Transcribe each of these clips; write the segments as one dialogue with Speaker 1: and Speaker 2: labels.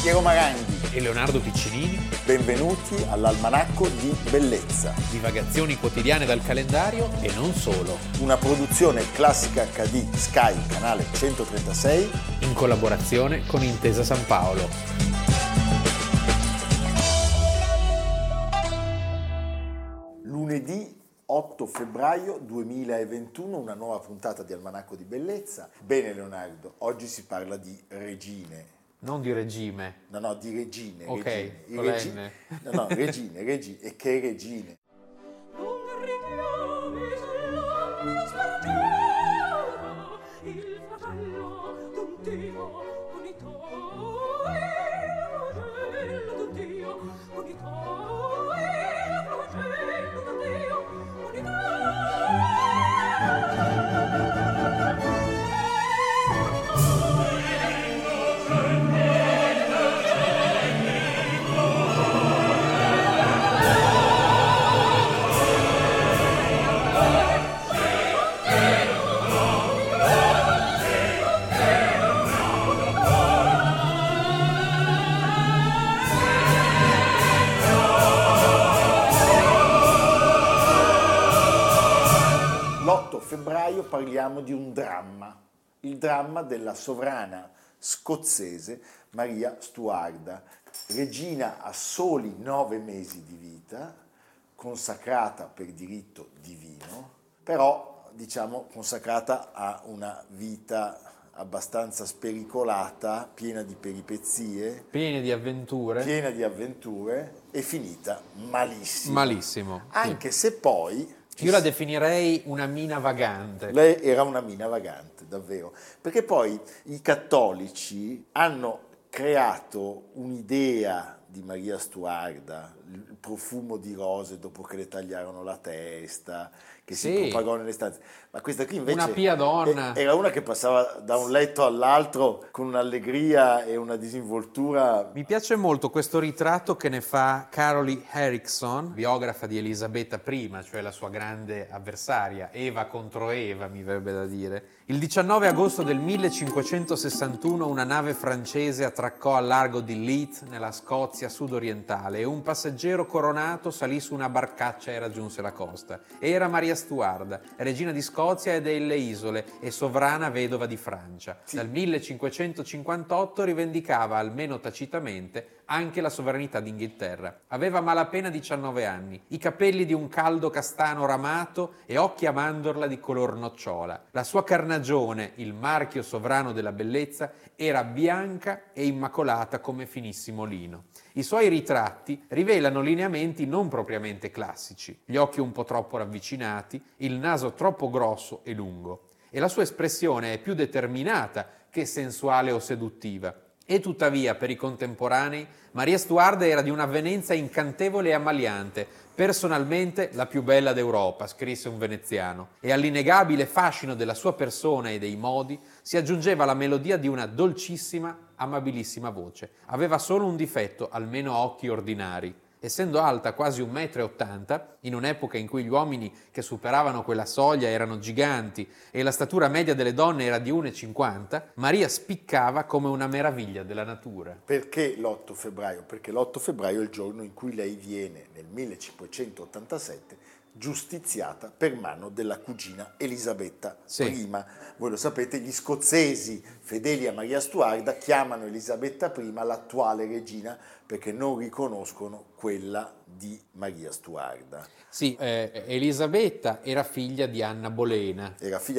Speaker 1: Piero Maranghi
Speaker 2: e Leonardo Piccinini.
Speaker 1: Benvenuti all'Almanacco di Bellezza.
Speaker 2: Divagazioni quotidiane dal calendario e non solo.
Speaker 1: Una produzione Classica HD Sky, canale 136.
Speaker 2: In collaborazione con Intesa San Paolo.
Speaker 1: Lunedì 8 febbraio 2021, una nuova puntata di Almanacco di Bellezza. Bene Leonardo, oggi si parla di regine.
Speaker 2: Non di regime.
Speaker 1: No, di regine.
Speaker 2: Ok,
Speaker 1: regine. Regine. E che regine? L'8 febbraio parliamo di un dramma, il dramma della sovrana scozzese Maria Stuarda, regina a soli 9 mesi di vita, consacrata per diritto divino, però consacrata a una vita abbastanza spericolata, piena di peripezie,
Speaker 2: Piene di avventure
Speaker 1: e finita malissimo.
Speaker 2: Malissimo.
Speaker 1: Anche se poi...
Speaker 2: Io la definirei una mina vagante.
Speaker 1: Lei era una mina vagante, davvero. Perché poi i cattolici hanno creato un'idea di Maria Stuarda, il profumo di rose dopo che le tagliarono la testa, che si propagò nelle stanze. Ma questa qui invece
Speaker 2: una pia donna.
Speaker 1: Era una che passava da un letto all'altro con un'allegria e una disinvoltura.
Speaker 2: Mi piace molto questo ritratto che ne fa Caroli Erickson, biografa di Elisabetta I, cioè la sua grande avversaria, Eva contro Eva, mi verrebbe da dire. Il 19 agosto del 1561 una nave francese attraccò al largo di Leith, nella Scozia sudorientale, e un passeggero coronato salì su una barcaccia e raggiunse la costa. Era Maria Stuarda, regina di Scozia e delle isole e sovrana vedova di Francia.
Speaker 1: Sì.
Speaker 2: Dal 1558 rivendicava, almeno tacitamente, anche la sovranità d'Inghilterra. Aveva malapena 19 anni, i capelli di un caldo castano ramato e occhi a mandorla di color nocciola. La sua carnagione, il marchio sovrano della bellezza, era bianca e immacolata come finissimo lino. I suoi ritratti rivelano lineamenti non propriamente classici, gli occhi un po' troppo ravvicinati, il naso troppo grosso e lungo, e la sua espressione è più determinata che sensuale o seduttiva. E tuttavia, per i contemporanei, Maria Stuarda era di un'avvenenza incantevole e ammaliante, personalmente la più bella d'Europa, scrisse un veneziano, e all'innegabile fascino della sua persona e dei modi si aggiungeva la melodia di una dolcissima, amabilissima voce. Aveva solo un difetto, almeno a occhi ordinari. Essendo alta quasi 1,80 m, in un'epoca in cui gli uomini che superavano quella soglia erano giganti e la statura media delle donne era di 1,50 m, Maria spiccava come una meraviglia della natura.
Speaker 1: Perché l'8 febbraio? Perché l'8 febbraio è il giorno in cui lei viene, nel 1587, giustiziata per mano della cugina Elisabetta I. Voi lo sapete, gli scozzesi fedeli a Maria Stuarda chiamano Elisabetta I l'attuale regina perché non riconoscono quella di Maria Stuarda.
Speaker 2: Sì, Elisabetta era figlia di Anna Bolena.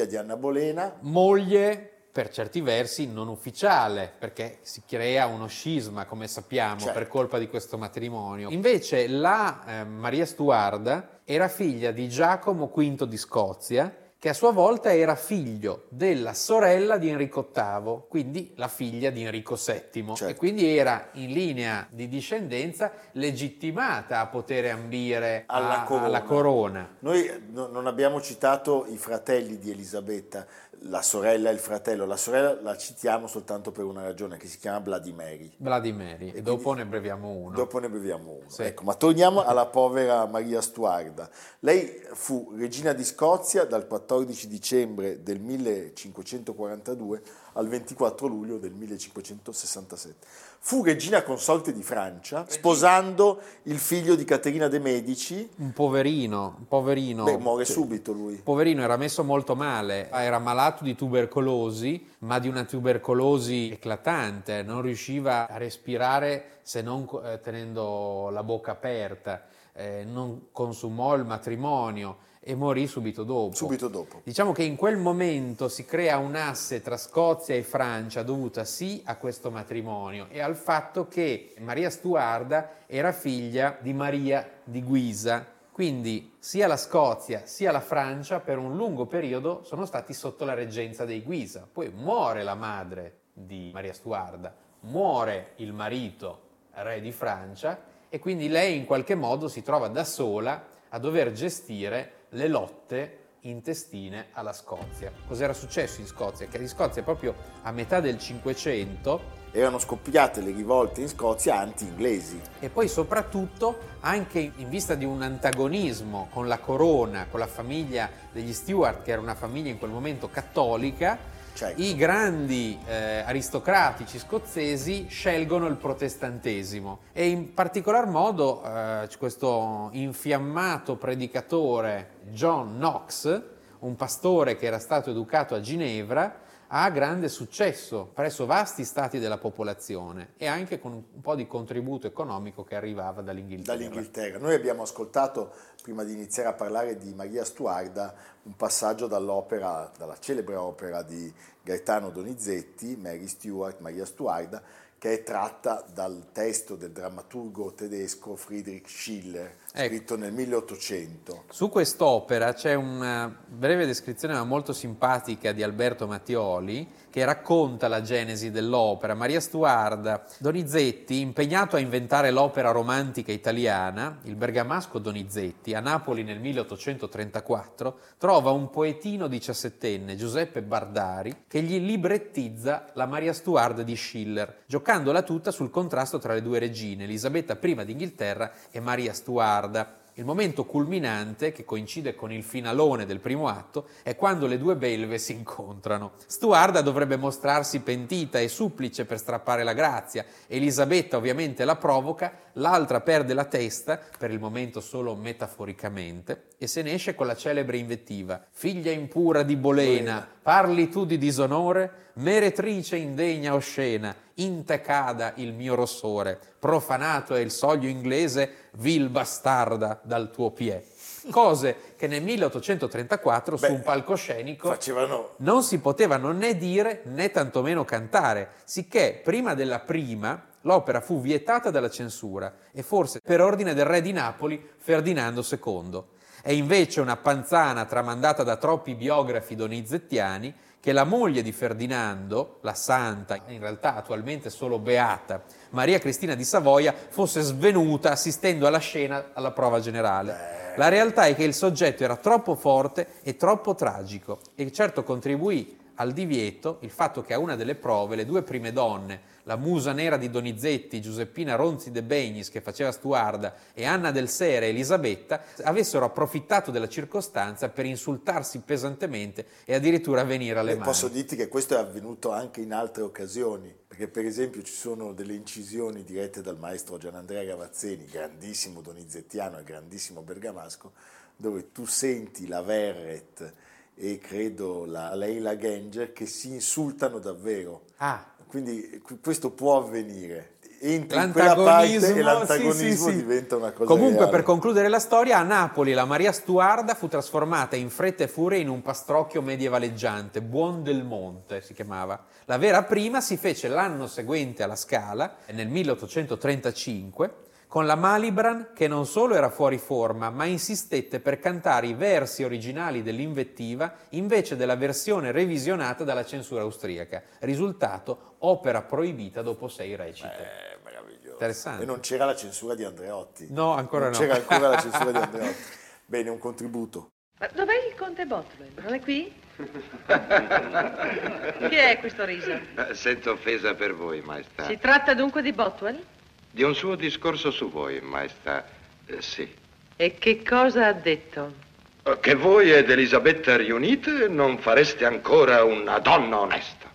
Speaker 2: Moglie, per certi versi, non ufficiale, perché si crea uno scisma, come sappiamo,
Speaker 1: certo,
Speaker 2: per colpa di questo matrimonio. Invece la Maria Stuarda era figlia di Giacomo V di Scozia, che a sua volta era figlio della sorella di Enrico VIII, quindi la figlia di Enrico VII,
Speaker 1: certo,
Speaker 2: e quindi era in linea di discendenza legittimata a poter ambire alla corona.
Speaker 1: Noi non abbiamo citato i fratelli di Elisabetta, la sorella e il fratello. La sorella la citiamo soltanto per una ragione, che si chiama Vladimiri.
Speaker 2: E dopo ne abbreviamo uno.
Speaker 1: Sì. Ecco, ma torniamo alla povera Maria Stuarda. Lei fu regina di Scozia dal 14 dicembre del 1542 al 24 luglio del 1567. Fu regina consorte di Francia, sposando il figlio di Caterina de' Medici.
Speaker 2: Un poverino.
Speaker 1: Beh, muore subito lui.
Speaker 2: Poverino, era messo molto male, era malato di tubercolosi, ma di una tubercolosi eclatante, non riusciva a respirare se non tenendo la bocca aperta, non consumò il matrimonio e morì subito dopo.
Speaker 1: Subito dopo.
Speaker 2: Diciamo che in quel momento si crea un asse tra Scozia e Francia dovuta sì a questo matrimonio e al fatto che Maria Stuarda era figlia di Maria di Guisa. Quindi sia la Scozia sia la Francia per un lungo periodo sono stati sotto la reggenza dei Guisa. Poi muore la madre di Maria Stuarda, muore il marito, re di Francia, e quindi lei in qualche modo si trova da sola a dover gestire le lotte intestine alla Scozia. Cos'era successo in Scozia? Che in Scozia proprio a metà del Cinquecento
Speaker 1: erano scoppiate le rivolte in Scozia anti-inglesi.
Speaker 2: e poi soprattutto anche in vista di un antagonismo con la corona, con la famiglia degli Stuart, che era una famiglia in quel momento cattolica,
Speaker 1: Certo.
Speaker 2: i grandi aristocratici scozzesi scelgono il protestantesimo e in particolar modo questo infiammato predicatore John Knox, un pastore che era stato educato a Ginevra, ha grande successo presso vasti stati della popolazione e anche con un po' di contributo economico che arrivava dall'Inghilterra.
Speaker 1: Noi abbiamo ascoltato, prima di iniziare a parlare di Maria Stuarda, un passaggio dalla celebre opera di Gaetano Donizetti, Mary Stuart, Maria Stuarda, che è tratta dal testo del drammaturgo tedesco Friedrich Schiller, scritto nel 1800.
Speaker 2: Su quest'opera c'è una breve descrizione molto simpatica di Alberto Mattioli che racconta la genesi dell'opera. Maria Stuarda, Donizetti, impegnato a inventare l'opera romantica italiana, il bergamasco Donizetti, a Napoli nel 1834, trova un poetino 17enne, Giuseppe Bardari, che gli librettizza la Maria Stuarda di Schiller, giocandola tutta sul contrasto tra le due regine, Elisabetta I d'Inghilterra e Maria Stuarda. Il momento culminante, che coincide con il finalone del primo atto, è quando le due belve si incontrano. Stuarda dovrebbe mostrarsi pentita e supplice per strappare la grazia, Elisabetta ovviamente la provoca, l'altra perde la testa, per il momento solo metaforicamente, e se ne esce con la celebre invettiva: figlia impura di Bolena, parli tu di disonore? Meretrice indegna oscena, in te cada il mio rossore, profanato è il soglio inglese, vil bastarda dal tuo piè. Cose che nel 1834 su un palcoscenico non si potevano né dire né tantomeno cantare, sicché prima della prima l'opera fu vietata dalla censura e forse per ordine del re di Napoli Ferdinando II. È invece una panzana tramandata da troppi biografi donizettiani che la moglie di Ferdinando, la santa, in realtà attualmente solo beata, Maria Cristina di Savoia, fosse svenuta assistendo alla scena alla prova generale. La realtà è che il soggetto era troppo forte e troppo tragico e certo contribuì al divieto il fatto che a una delle prove le due prime donne, la musa nera di Donizetti, Giuseppina Ronzi de Begnis che faceva Stuarda e Anna del Sere Elisabetta, avessero approfittato della circostanza per insultarsi pesantemente e addirittura venire alle mani.
Speaker 1: Posso dirti che questo è avvenuto anche in altre occasioni, perché per esempio ci sono delle incisioni dirette dal maestro Gianandrea Gavazzeni, grandissimo donizettiano e grandissimo bergamasco, dove tu senti la Verret e credo la Leila Genger che si insultano davvero. Quindi questo può avvenire. Entri in quella parte e l'antagonismo diventa una cosa
Speaker 2: Comunque
Speaker 1: reale.
Speaker 2: Per concludere la storia, a Napoli la Maria Stuarda fu trasformata in fretta e furia in un pastrocchio medievaleggiante, Buon del Monte si chiamava. La vera prima si fece l'anno seguente alla Scala, nel 1835, con la Malibran che non solo era fuori forma, ma insistette per cantare i versi originali dell'invettiva invece della versione revisionata dalla censura austriaca. Risultato, opera proibita dopo 6 recite.
Speaker 1: Meraviglioso.
Speaker 2: Interessante.
Speaker 1: E non c'era la censura di Andreotti.
Speaker 2: No, ancora no.
Speaker 1: Non c'era ancora la censura di Andreotti. Bene, un contributo.
Speaker 3: Ma dov'è il conte Bothwell? Non è qui? Chi è questo riso?
Speaker 4: Sento offesa per voi, maestà.
Speaker 3: Si tratta dunque di Bothwell?
Speaker 4: Di un suo discorso su voi, maestà. Sì.
Speaker 3: E che cosa ha detto?
Speaker 4: Che voi ed Elisabetta riunite non fareste ancora una donna onesta.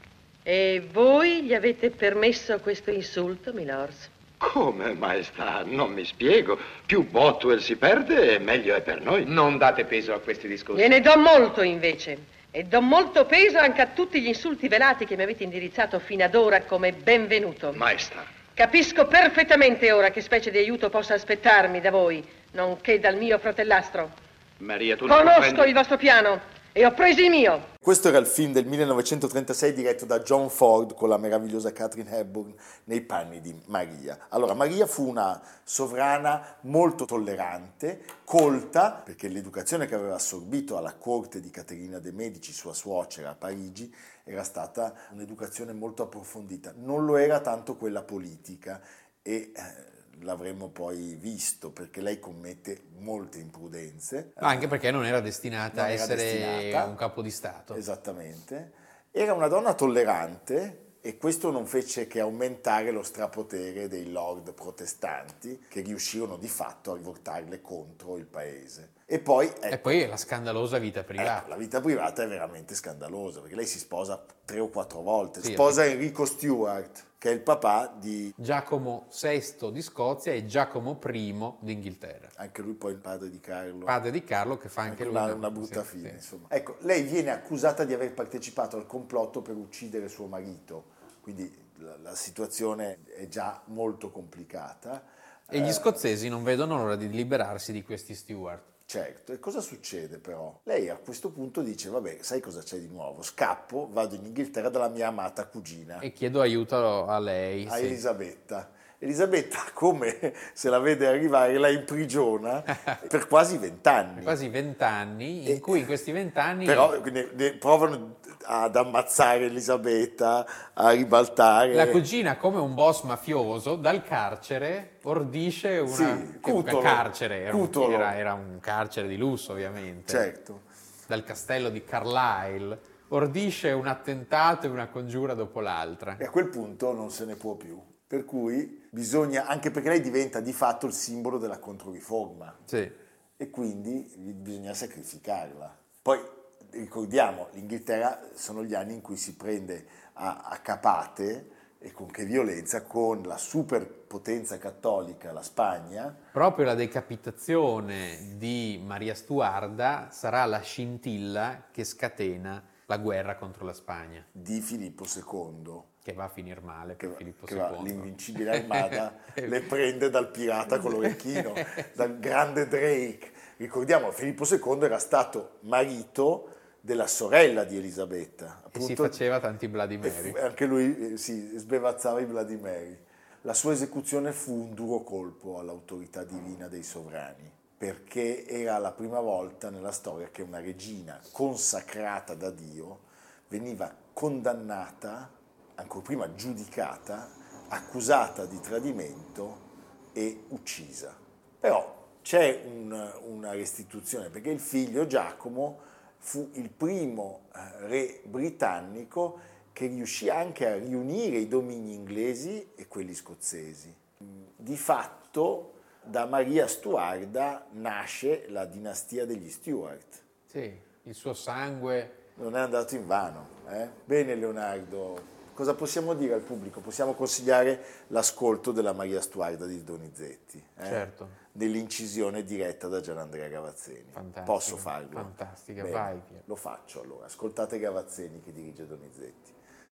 Speaker 3: E voi gli avete permesso questo insulto, milords?
Speaker 4: Come, maestà? Non mi spiego. Più Bothwell si perde, meglio è per noi.
Speaker 5: Non date peso a questi discorsi.
Speaker 3: Gliene do molto, invece. E do molto peso anche a tutti gli insulti velati che mi avete indirizzato fino ad ora come benvenuto.
Speaker 4: Maestà.
Speaker 3: Capisco perfettamente ora che specie di aiuto possa aspettarmi da voi, nonché dal mio fratellastro.
Speaker 4: Maria, tu non
Speaker 3: Conosco
Speaker 4: comprendi.
Speaker 3: il vostro piano e ho preso il mio.
Speaker 1: Questo era il film del 1936 diretto da John Ford con la meravigliosa Katharine Hepburn nei panni di Maria. Allora, Maria fu una sovrana molto tollerante, colta, perché l'educazione che aveva assorbito alla corte di Caterina de' Medici, sua suocera a Parigi, era stata un'educazione molto approfondita. Non lo era tanto quella politica e l'avremmo poi visto perché lei commette molte imprudenze.
Speaker 2: Ma anche perché non era destinata
Speaker 1: Non
Speaker 2: a
Speaker 1: era
Speaker 2: essere
Speaker 1: destinata.
Speaker 2: un capo di Stato.
Speaker 1: Esattamente. Era una donna tollerante e questo non fece che aumentare lo strapotere dei lord protestanti che riuscirono di fatto a rivoltarle contro il paese. E poi,
Speaker 2: E poi la scandalosa vita privata.
Speaker 1: la vita privata è veramente scandalosa perché lei si sposa 3 o 4 volte.
Speaker 2: Sì,
Speaker 1: Sposa Enrico Stuart, che è il papà di...
Speaker 2: Giacomo VI di Scozia e Giacomo I d'Inghilterra.
Speaker 1: Anche lui poi il padre di Carlo.
Speaker 2: Padre di Carlo che fa anche lui
Speaker 1: una brutta
Speaker 2: sì,
Speaker 1: fine,
Speaker 2: sì.
Speaker 1: insomma. Ecco, lei viene accusata di aver partecipato al complotto per uccidere suo marito, quindi la situazione è già molto complicata.
Speaker 2: E gli scozzesi non vedono l'ora di liberarsi di questi Stuart.
Speaker 1: Certo, e cosa succede però? Lei a questo punto dice, vabbè, sai cosa c'è di nuovo? Scappo, vado in Inghilterra dalla mia amata cugina,
Speaker 2: E chiedo aiuto a lei.
Speaker 1: a
Speaker 2: sì.
Speaker 1: Elisabetta. Elisabetta, come se la vede arrivare, la imprigiona per quasi 20 anni.
Speaker 2: Quasi 20 anni, in cui in questi 20 anni...
Speaker 1: Però ne provano ad ammazzare Elisabetta, a ribaltare.
Speaker 2: La cugina, come un boss mafioso, dal carcere ordisce una...
Speaker 1: Sì, Cutolo.
Speaker 2: Carcere,
Speaker 1: Cutolo.
Speaker 2: era un carcere di lusso, ovviamente.
Speaker 1: Certo.
Speaker 2: Dal castello di Carlisle, ordisce un attentato e una congiura dopo l'altra.
Speaker 1: E a quel punto non se ne può più. Per cui bisogna, anche perché lei diventa di fatto il simbolo della Controriforma.
Speaker 2: Sì.
Speaker 1: E quindi bisogna sacrificarla. Poi ricordiamo, l'Inghilterra sono gli anni in cui si prende a capate e con che violenza con la superpotenza cattolica, la Spagna.
Speaker 2: Proprio la decapitazione di Maria Stuarda sarà la scintilla che scatena la guerra contro la Spagna,
Speaker 1: Di Filippo II.
Speaker 2: che va a finire male per Filippo
Speaker 1: Che
Speaker 2: II.
Speaker 1: l'invincibile armata le prende dal pirata con l'orecchino, dal grande Drake. Ricordiamo, Filippo II era stato marito della sorella di Elisabetta.
Speaker 2: E si faceva tanti Bloody Mary.
Speaker 1: Anche lui si sbevazzava i Bloody Mary. La sua esecuzione fu un duro colpo all'autorità divina dei sovrani, perché era la prima volta nella storia che una regina consacrata da Dio veniva condannata, ancora prima giudicata, accusata di tradimento e uccisa. Però c'è una restituzione, perché il figlio Giacomo fu il primo re britannico che riuscì anche a riunire i domini inglesi e quelli scozzesi. Di fatto, da Maria Stuarda nasce la dinastia degli Stuart.
Speaker 2: Sì, il suo sangue...
Speaker 1: Non è andato in vano. Bene Leonardo, cosa possiamo dire al pubblico? Possiamo consigliare l'ascolto della Maria Stuarda di Donizetti,
Speaker 2: Certo.
Speaker 1: dell'incisione diretta da Gianandrea Gavazzeni.
Speaker 2: Fantastico,
Speaker 1: Posso farlo?
Speaker 2: fantastica,
Speaker 1: Bene,
Speaker 2: vai, Pier.
Speaker 1: lo faccio allora. Ascoltate Gavazzeni che dirige Donizetti.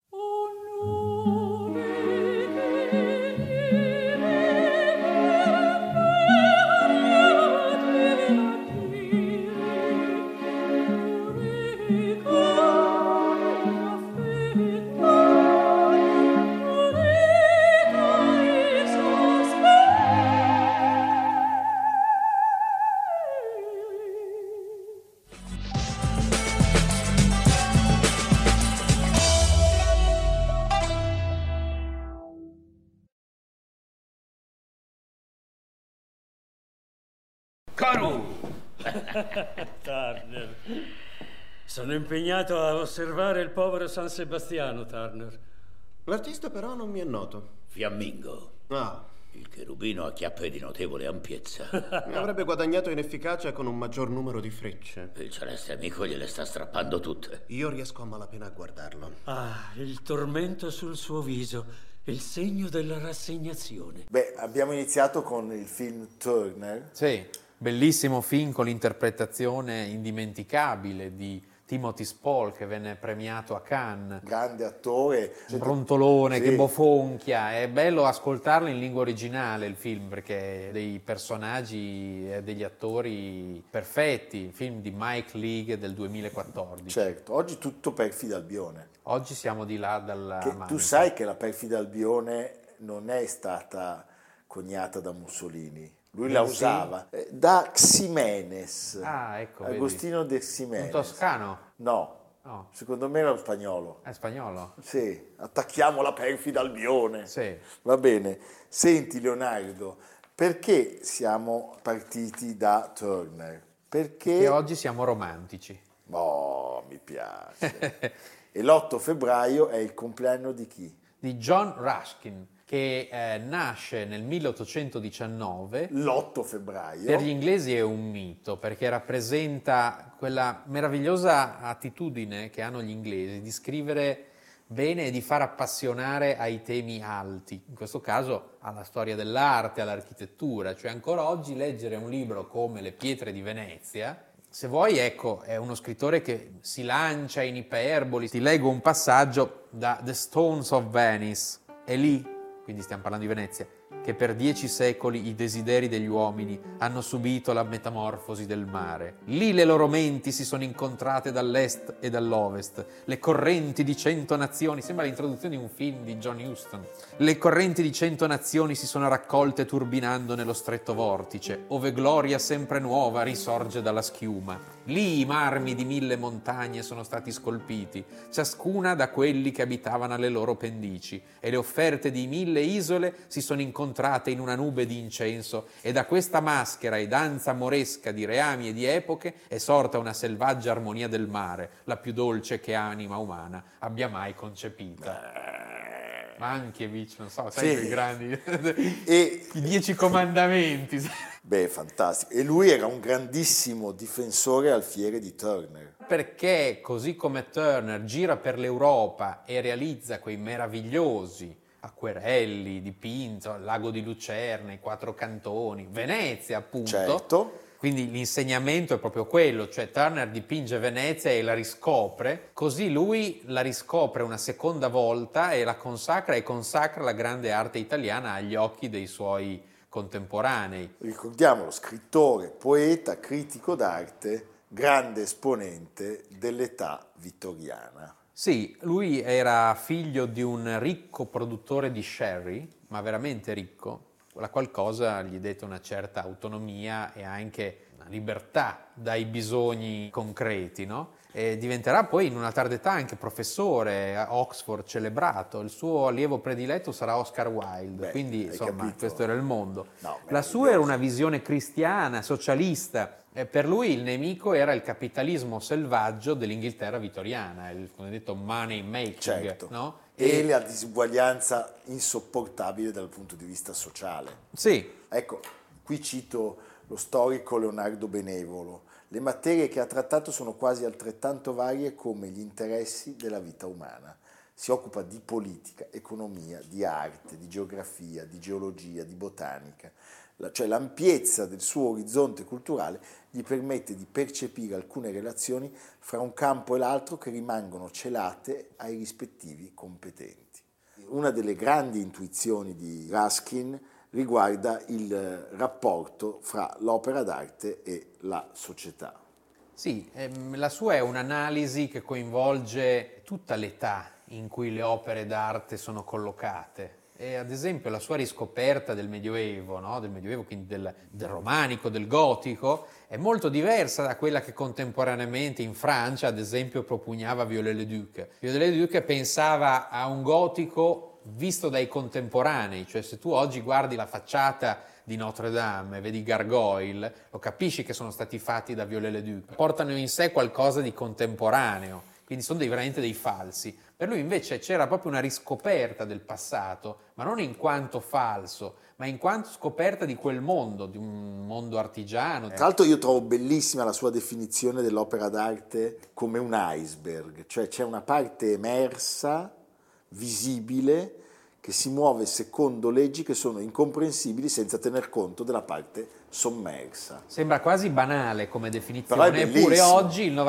Speaker 6: Turner. Sono impegnato a osservare il povero San Sebastiano, Turner.
Speaker 7: L'artista però non mi è noto.
Speaker 6: Fiammingo.
Speaker 7: Ah, Il cherubino ha chiappe di notevole ampiezza.
Speaker 8: Avrebbe guadagnato in efficacia con un maggior numero di frecce.
Speaker 7: Il celeste amico gliele sta strappando tutte.
Speaker 8: Io riesco a malapena a guardarlo.
Speaker 6: Ah, il tormento sul suo viso, il segno della rassegnazione.
Speaker 1: Beh, abbiamo iniziato con il film Turner.
Speaker 2: Sì, bellissimo film con l'interpretazione indimenticabile di Timothy Spall, che venne premiato a Cannes.
Speaker 1: Grande attore.
Speaker 2: Brontolone,
Speaker 1: Sì.
Speaker 2: che bofonchia. È bello ascoltarlo in lingua originale il film, perché dei personaggi e degli attori perfetti. Il film di Mike Leigh del 2014.
Speaker 1: Certo, oggi tutto Perfida Albione.
Speaker 2: Oggi siamo di là dalla
Speaker 1: Che
Speaker 2: Manica.
Speaker 1: tu sai che la Perfida Albione non è stata coniata da Mussolini. Lui la usava da Ximenes.
Speaker 2: Ah, ecco, vedi.
Speaker 1: Agostino de Ximenes.
Speaker 2: Un toscano?
Speaker 1: No,
Speaker 2: No.
Speaker 1: secondo me era lo spagnolo.
Speaker 2: È spagnolo?
Speaker 1: Sì, attacchiamo la Perfida Albione.
Speaker 2: Sì.
Speaker 1: Va bene. Senti Leonardo, perché siamo partiti da Turner? Perché...
Speaker 2: E oggi siamo romantici.
Speaker 1: Oh, mi piace. E l'8 febbraio è il compleanno di chi?
Speaker 2: Di John Ruskin, che nasce nel 1819.
Speaker 1: L'8 febbraio.
Speaker 2: Per gli inglesi è un mito, perché rappresenta quella meravigliosa attitudine che hanno gli inglesi di scrivere bene e di far appassionare ai temi alti, in questo caso alla storia dell'arte, all'architettura, cioè ancora oggi leggere un libro come Le pietre di Venezia, se vuoi, ecco, è uno scrittore che si lancia in iperboli. Ti leggo un passaggio da The Stones of Venice. È lì, quindi stiamo parlando di Venezia, che per 10 secoli i desideri degli uomini hanno subito la metamorfosi del mare. Lì le loro menti si sono incontrate dall'est e dall'ovest. Le correnti di 100 nazioni, sembra l'introduzione di un film di John Huston. Le correnti di 100 nazioni si sono raccolte turbinando nello stretto vortice, ove gloria sempre nuova risorge dalla schiuma. Lì i marmi di 1000 montagne sono stati scolpiti, ciascuna da quelli che abitavano alle loro pendici, e le offerte di 1000 isole si sono incontrate in una nube di incenso, e da questa maschera e danza moresca di reami e di epoche è sorta una selvaggia armonia del mare, la più dolce che anima umana abbia mai concepita. Mankiewicz, non so, sai,
Speaker 1: Sì.
Speaker 2: quei grandi
Speaker 1: E...
Speaker 2: i 10 comandamenti.
Speaker 1: Beh, fantastico. E lui era un grandissimo difensore alfiere di Turner.
Speaker 2: Perché così come Turner gira per l'Europa e realizza quei meravigliosi acquerelli dipinto, il lago di Lucerna, i Quattro Cantoni, Venezia appunto.
Speaker 1: Certo.
Speaker 2: Quindi l'insegnamento è proprio quello, cioè Turner dipinge Venezia e la riscopre, così lui la riscopre una seconda volta e la consacra e consacra la grande arte italiana agli occhi dei suoi contemporanei.
Speaker 1: Ricordiamolo, scrittore, poeta, critico d'arte, grande esponente dell'età vittoriana.
Speaker 2: Sì, lui era figlio di un ricco produttore di sherry, ma veramente ricco, la qual cosa gli dette una certa autonomia e anche una libertà dai bisogni concreti, no? E diventerà poi in una tarda età anche professore a Oxford celebrato. Il suo allievo prediletto sarà Oscar Wilde.
Speaker 1: Beh,
Speaker 2: quindi
Speaker 1: hai
Speaker 2: insomma
Speaker 1: capito?
Speaker 2: questo era il mondo.
Speaker 1: No,
Speaker 2: la sua era una visione cristiana, socialista. E per lui il nemico era il capitalismo selvaggio dell'Inghilterra vittoriana, il cosiddetto money making,
Speaker 1: Certo.
Speaker 2: no?
Speaker 1: E la disuguaglianza insopportabile dal punto di vista sociale.
Speaker 2: Sì,
Speaker 1: Ecco, qui cito lo storico Leonardo Benevolo. Le materie che ha trattato sono quasi altrettanto varie come gli interessi della vita umana. Si occupa di politica, economia, di arte, di geografia, di geologia, di botanica. Cioè l'ampiezza del suo orizzonte culturale gli permette di percepire alcune relazioni fra un campo e l'altro che rimangono celate ai rispettivi competenti. Una delle grandi intuizioni di Ruskin riguarda il rapporto fra l'opera d'arte e la società.
Speaker 2: sì, la sua è un'analisi che coinvolge tutta l'età in cui le opere d'arte sono collocate. E ad esempio la sua riscoperta del Medioevo, no? Del Medioevo, quindi del romanico, del gotico, è molto diversa da quella che contemporaneamente in Francia, ad esempio, propugnava Viollet-le-Duc. Viollet-le-Duc pensava a un gotico visto dai contemporanei, cioè se tu oggi guardi la facciata di Notre Dame e vedi Gargoyle, lo capisci che sono stati fatti da Viollet-le-Duc. Portano in sé qualcosa di contemporaneo. quindi sono veramente dei falsi. Per lui invece c'era proprio una riscoperta del passato, ma non in quanto falso, ma in quanto scoperta di quel mondo, di un mondo artigiano.
Speaker 1: Tra l'altro io trovo bellissima la sua definizione dell'opera d'arte come un iceberg, cioè c'è una parte emersa, visibile, che si muove secondo leggi che sono incomprensibili senza tener conto della parte sommersa.
Speaker 2: Sembra quasi banale come
Speaker 1: Però
Speaker 2: definizione,
Speaker 1: è
Speaker 2: eppure
Speaker 1: bellissimo.
Speaker 2: oggi il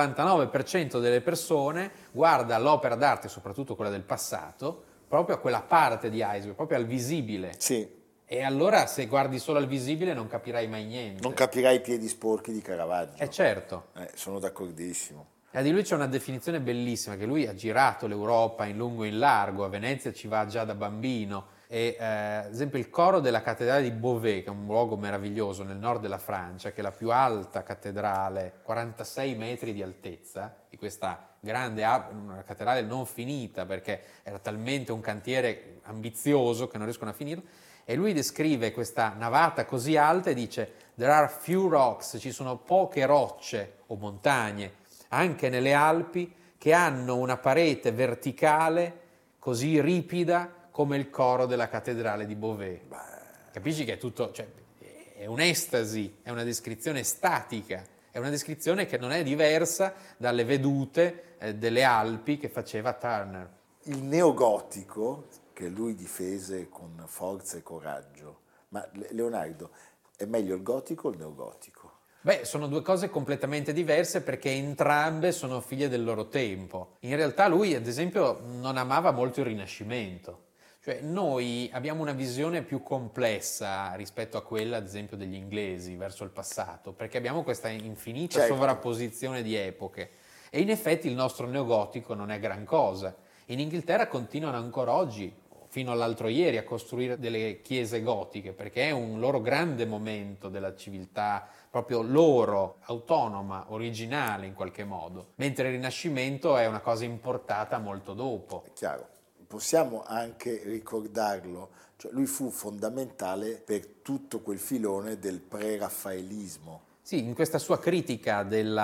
Speaker 2: 99% delle persone guarda l'opera d'arte, soprattutto quella del passato, proprio a quella parte di iceberg, proprio al visibile.
Speaker 1: Sì,
Speaker 2: E allora se guardi solo al visibile non capirai mai niente.
Speaker 1: non capirai i piedi sporchi di Caravaggio.
Speaker 2: Certo.
Speaker 1: Sono d'accordissimo.
Speaker 2: E di lui c'è una definizione bellissima, che lui ha girato l'Europa in lungo e in largo, a Venezia ci va già da bambino, e ad esempio il coro della cattedrale di Beauvais, che è un luogo meraviglioso nel nord della Francia, che è la più alta cattedrale, 46 metri di altezza, di questa grande, una cattedrale non finita, perché era talmente un cantiere ambizioso che non riescono a finirlo, e lui descrive questa navata così alta e dice "There are few rocks", ci sono poche rocce o montagne, anche nelle Alpi, che hanno una parete verticale così ripida come il coro della cattedrale di Beauvais. Capisci che è tutto, cioè, è un'estasi, è una descrizione statica, è una descrizione che non è diversa dalle vedute delle Alpi che faceva Turner.
Speaker 1: Il neogotico, che lui difese con forza e coraggio, ma Leonardo, è meglio il gotico o il neogotico?
Speaker 2: Beh, sono due cose completamente diverse perché entrambe sono figlie del loro tempo. In realtà lui, ad esempio, non amava molto il Rinascimento. Cioè, noi abbiamo una visione più complessa rispetto a quella, ad esempio, degli inglesi verso il passato, perché abbiamo questa infinita sovrapposizione di epoche. E in effetti il nostro neogotico non è gran cosa. In Inghilterra continuano ancora oggi, fino all'altro ieri, a costruire delle chiese gotiche, perché è un loro grande momento della civiltà, proprio loro, autonoma, originale in qualche modo, mentre il Rinascimento è una cosa importata molto dopo.
Speaker 1: È chiaro. Possiamo anche ricordarlo, cioè lui fu fondamentale per tutto quel filone del pre-raffaelismo.
Speaker 2: Sì, in questa sua critica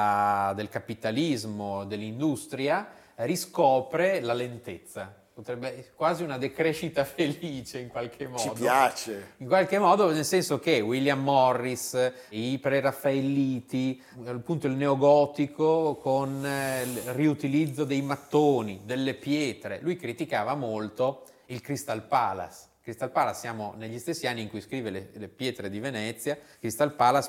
Speaker 2: del capitalismo, dell'industria, riscopre la lentezza. Potrebbe quasi una decrescita felice in qualche modo.
Speaker 1: Ci piace.
Speaker 2: In qualche modo, nel senso che William Morris, i preraffaelliti, appunto il neogotico con il riutilizzo dei mattoni, delle pietre. Lui criticava molto il Crystal Palace. Crystal Palace, siamo negli stessi anni in cui scrive le pietre di Venezia. Crystal Palace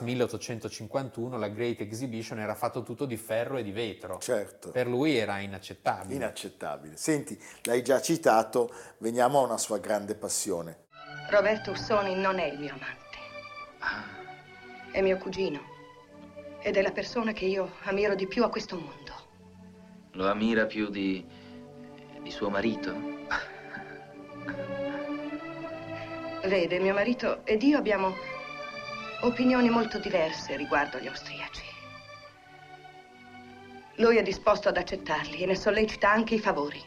Speaker 2: 1851, la Great Exhibition, era fatto tutto di ferro e di vetro.
Speaker 1: Certo.
Speaker 2: Per lui era inaccettabile.
Speaker 1: Inaccettabile. Senti, l'hai già citato, veniamo a una sua grande passione.
Speaker 9: Roberto Ussoni non è il mio amante. È mio cugino. Ed è la persona che io ammiro di più a questo mondo.
Speaker 10: Lo ammira più di suo marito?
Speaker 9: Vede, mio marito ed io abbiamo opinioni molto diverse riguardo agli austriaci. Lui è disposto ad accettarli e ne sollecita anche i favori.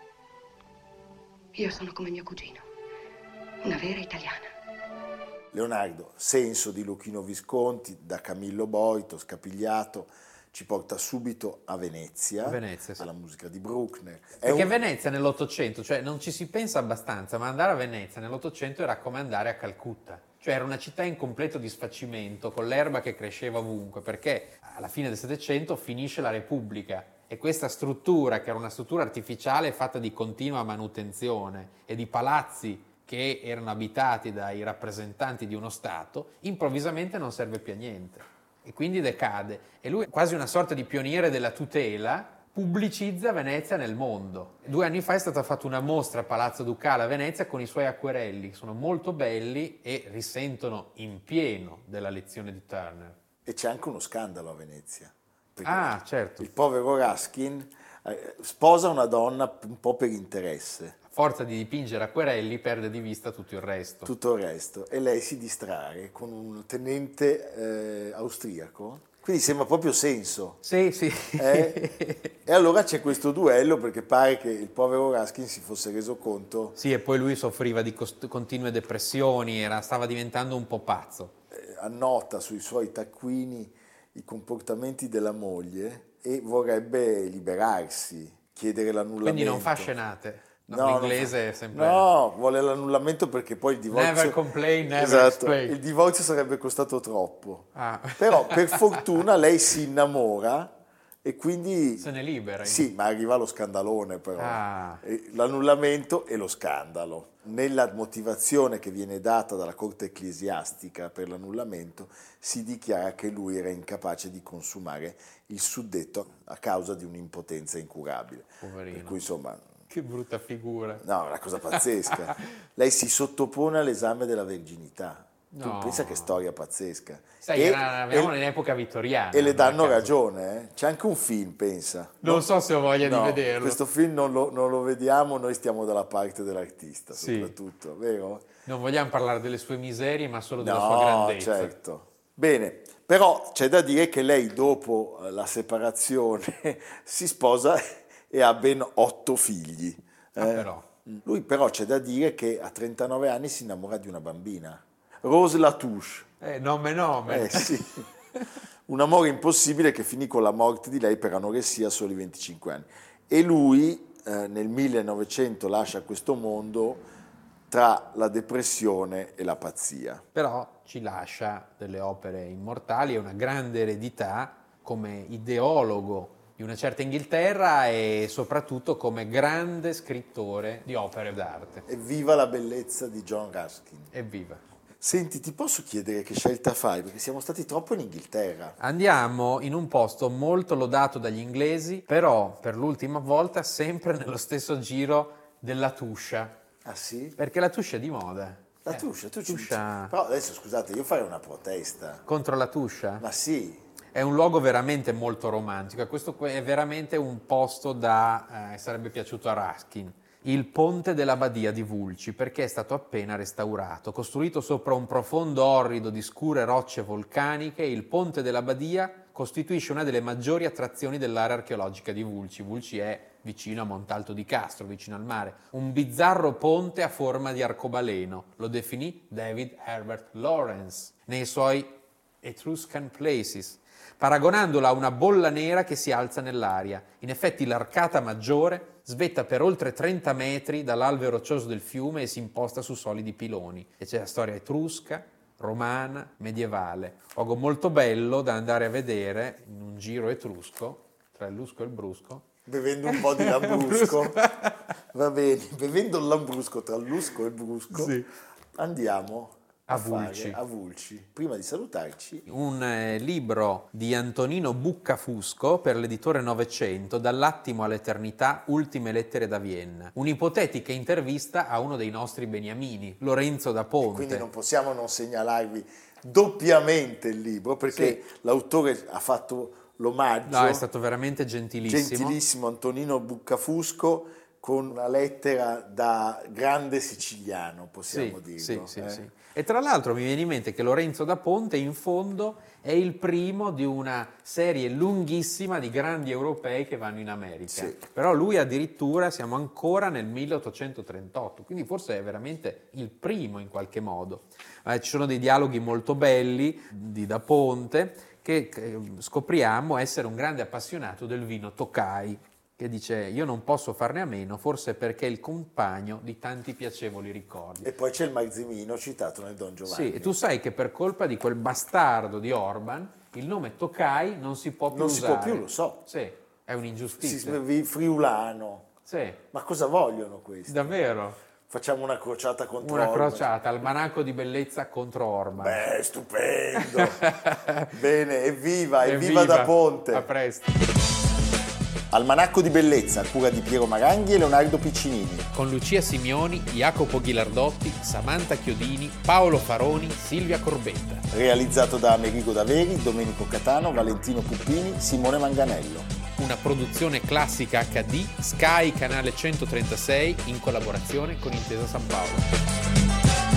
Speaker 9: Io sono come mio cugino, una vera italiana.
Speaker 1: Leonardo, Senso di Luchino Visconti, da Camillo Boito, Scapigliato, ci porta subito a Venezia,
Speaker 2: Sì.
Speaker 1: alla musica di Bruckner.
Speaker 2: Perché Venezia nell'Ottocento, cioè non ci si pensa abbastanza, ma andare a Venezia nell'Ottocento era come andare a Calcutta. Cioè era una città in completo disfacimento, con l'erba che cresceva ovunque, perché alla fine del Settecento finisce la Repubblica e questa struttura, che era una struttura artificiale fatta di continua manutenzione e di palazzi che erano abitati dai rappresentanti di uno Stato, improvvisamente non serve più a niente. E quindi decade. E lui, quasi una sorta di pioniere della tutela, pubblicizza Venezia nel mondo. 2 anni fa è stata fatta una mostra a Palazzo Ducale a Venezia con i suoi acquerelli, sono molto belli e risentono in pieno della lezione di Turner.
Speaker 1: E c'è anche uno scandalo a Venezia.
Speaker 2: Certo.
Speaker 1: Il povero Raskin sposa una donna un po' per interesse.
Speaker 2: A forza di dipingere acquerelli perde di vista tutto il resto.
Speaker 1: Tutto il resto. E lei si distrae con un tenente austriaco. Quindi sembra proprio Senso.
Speaker 2: Sì.
Speaker 1: E allora c'è questo duello perché pare che il povero Raskin si fosse reso conto.
Speaker 2: Sì, e poi lui soffriva di continue depressioni, stava diventando un po' pazzo.
Speaker 1: Annota sui suoi taccuini i comportamenti della moglie e vorrebbe liberarsi, chiedere l'annullamento.
Speaker 2: Quindi non fa scenate. No, l'inglese è sempre...
Speaker 1: No, vuole l'annullamento perché poi il divorzio...
Speaker 2: Never complain, never
Speaker 1: esatto,
Speaker 2: explain.
Speaker 1: Il divorzio sarebbe costato troppo. Però per fortuna lei si innamora e quindi...
Speaker 2: Se ne libera.
Speaker 1: Sì, ma arriva lo scandalone però. L'annullamento e lo scandalo. Nella motivazione che viene data dalla corte ecclesiastica per l'annullamento si dichiara che lui era incapace di consumare il suddetto a causa di un'impotenza incurabile.
Speaker 2: Poverino.
Speaker 1: Per cui insomma...
Speaker 2: Che brutta figura.
Speaker 1: No, è una cosa pazzesca. Lei si sottopone all'esame della verginità.
Speaker 2: No.
Speaker 1: Tu pensa che storia pazzesca.
Speaker 2: Sai, eravamo in epoca vittoriana.
Speaker 1: E le danno ragione, C'è anche un film, pensa.
Speaker 2: Non so se ho voglia di vederlo.
Speaker 1: Questo film non lo vediamo, noi stiamo dalla parte dell'artista, soprattutto, vero?
Speaker 2: Non vogliamo parlare delle sue miserie, ma solo della sua grandezza.
Speaker 1: No, certo. Bene, però c'è da dire che lei dopo la separazione si sposa e ha ben 8 figli.
Speaker 2: Però.
Speaker 1: Lui però c'è da dire che a 39 anni si innamora di una bambina. Rose Latouche.
Speaker 2: Nome.
Speaker 1: Sì. Un amore impossibile che finì con la morte di lei per anoressia a soli 25 anni. E lui nel 1900 lascia questo mondo tra la depressione e la pazzia.
Speaker 2: Però ci lascia delle opere immortali e una grande eredità come ideologo di una certa Inghilterra e soprattutto come grande scrittore di opere d'arte.
Speaker 1: Evviva la bellezza di John Ruskin.
Speaker 2: Evviva.
Speaker 1: Senti, ti posso chiedere che scelta fai? Perché siamo stati troppo in Inghilterra.
Speaker 2: Andiamo in un posto molto lodato dagli inglesi, però per l'ultima volta sempre nello stesso giro della Tuscia.
Speaker 1: Ah sì?
Speaker 2: Perché la Tuscia è di moda.
Speaker 1: La Tuscia, tu ci dici.
Speaker 2: Tuscia...
Speaker 1: Però adesso scusate, io farei una protesta.
Speaker 2: Contro la Tuscia?
Speaker 1: Ma sì.
Speaker 2: È un luogo veramente molto romantico e questo è veramente un posto da sarebbe piaciuto a Ruskin. Il ponte della Badia di Vulci, perché è stato appena restaurato. Costruito sopra un profondo orrido di scure rocce vulcaniche, il ponte della Badia costituisce una delle maggiori attrazioni dell'area archeologica di Vulci. Vulci è vicino a Montalto di Castro, vicino al mare. Un bizzarro ponte a forma di arcobaleno, lo definì David Herbert Lawrence nei suoi Etruscan Places, paragonandola a una bolla nera che si alza nell'aria. In effetti l'arcata maggiore svetta per oltre 30 metri dall'alveo roccioso del fiume e si imposta su solidi piloni. E c'è la storia etrusca, romana, medievale. Luogo molto bello da andare a vedere in un giro etrusco, tra il lusco e il brusco.
Speaker 1: Bevendo un po' di lambrusco. Va bene, bevendo il lambrusco tra il lusco e il brusco, sì. Andiamo a Vulci. Prima di salutarci,
Speaker 2: un libro di Antonino Buccafusco per l'editore Novecento, Dall'attimo all'eternità, ultime lettere da Vienna. Un'ipotetica intervista a uno dei nostri beniamini, Lorenzo da Ponte.
Speaker 1: Quindi non possiamo non segnalarvi doppiamente il libro, perché l'autore ha fatto l'omaggio.
Speaker 2: No, è stato veramente gentilissimo.
Speaker 1: Gentilissimo Antonino Buccafusco, con una lettera da grande siciliano, possiamo dirlo.
Speaker 2: Sì. E tra l'altro mi viene in mente che Lorenzo da Ponte in fondo è il primo di una serie lunghissima di grandi europei che vanno in America. Sì. Però lui addirittura, siamo ancora nel 1838, quindi forse è veramente il primo in qualche modo. Ci sono dei dialoghi molto belli di Da Ponte che scopriamo essere un grande appassionato del vino Tokai, che dice: io non posso farne a meno, forse perché è il compagno di tanti piacevoli ricordi.
Speaker 1: E poi c'è il Marzimino citato nel Don Giovanni.
Speaker 2: Sì, e tu sai che per colpa di quel bastardo di Orban il nome Tokai non si può più usare.
Speaker 1: Non si può più, lo so.
Speaker 2: Sì, è un'ingiustizia.
Speaker 1: Si scrive friulano.
Speaker 2: Sì.
Speaker 1: Ma cosa vogliono questi?
Speaker 2: Davvero?
Speaker 1: Facciamo una crociata contro
Speaker 2: Orban.
Speaker 1: Orban.
Speaker 2: Una crociata, almanacco di bellezza contro Orban.
Speaker 1: Beh, stupendo. Bene, evviva Da Ponte.
Speaker 2: A presto.
Speaker 1: Almanacco di bellezza, a cura di Piero Maranghi e Leonardo Piccinini.
Speaker 2: Con Lucia Simioni, Jacopo Ghilardotti, Samantha Chiodini, Paolo Faroni, Silvia Corbetta.
Speaker 1: Realizzato da Amerigo Daveri, Domenico Catano, Valentino Puppini, Simone Manganello.
Speaker 2: Una produzione classica HD, Sky Canale 136, in collaborazione con Intesa San Paolo.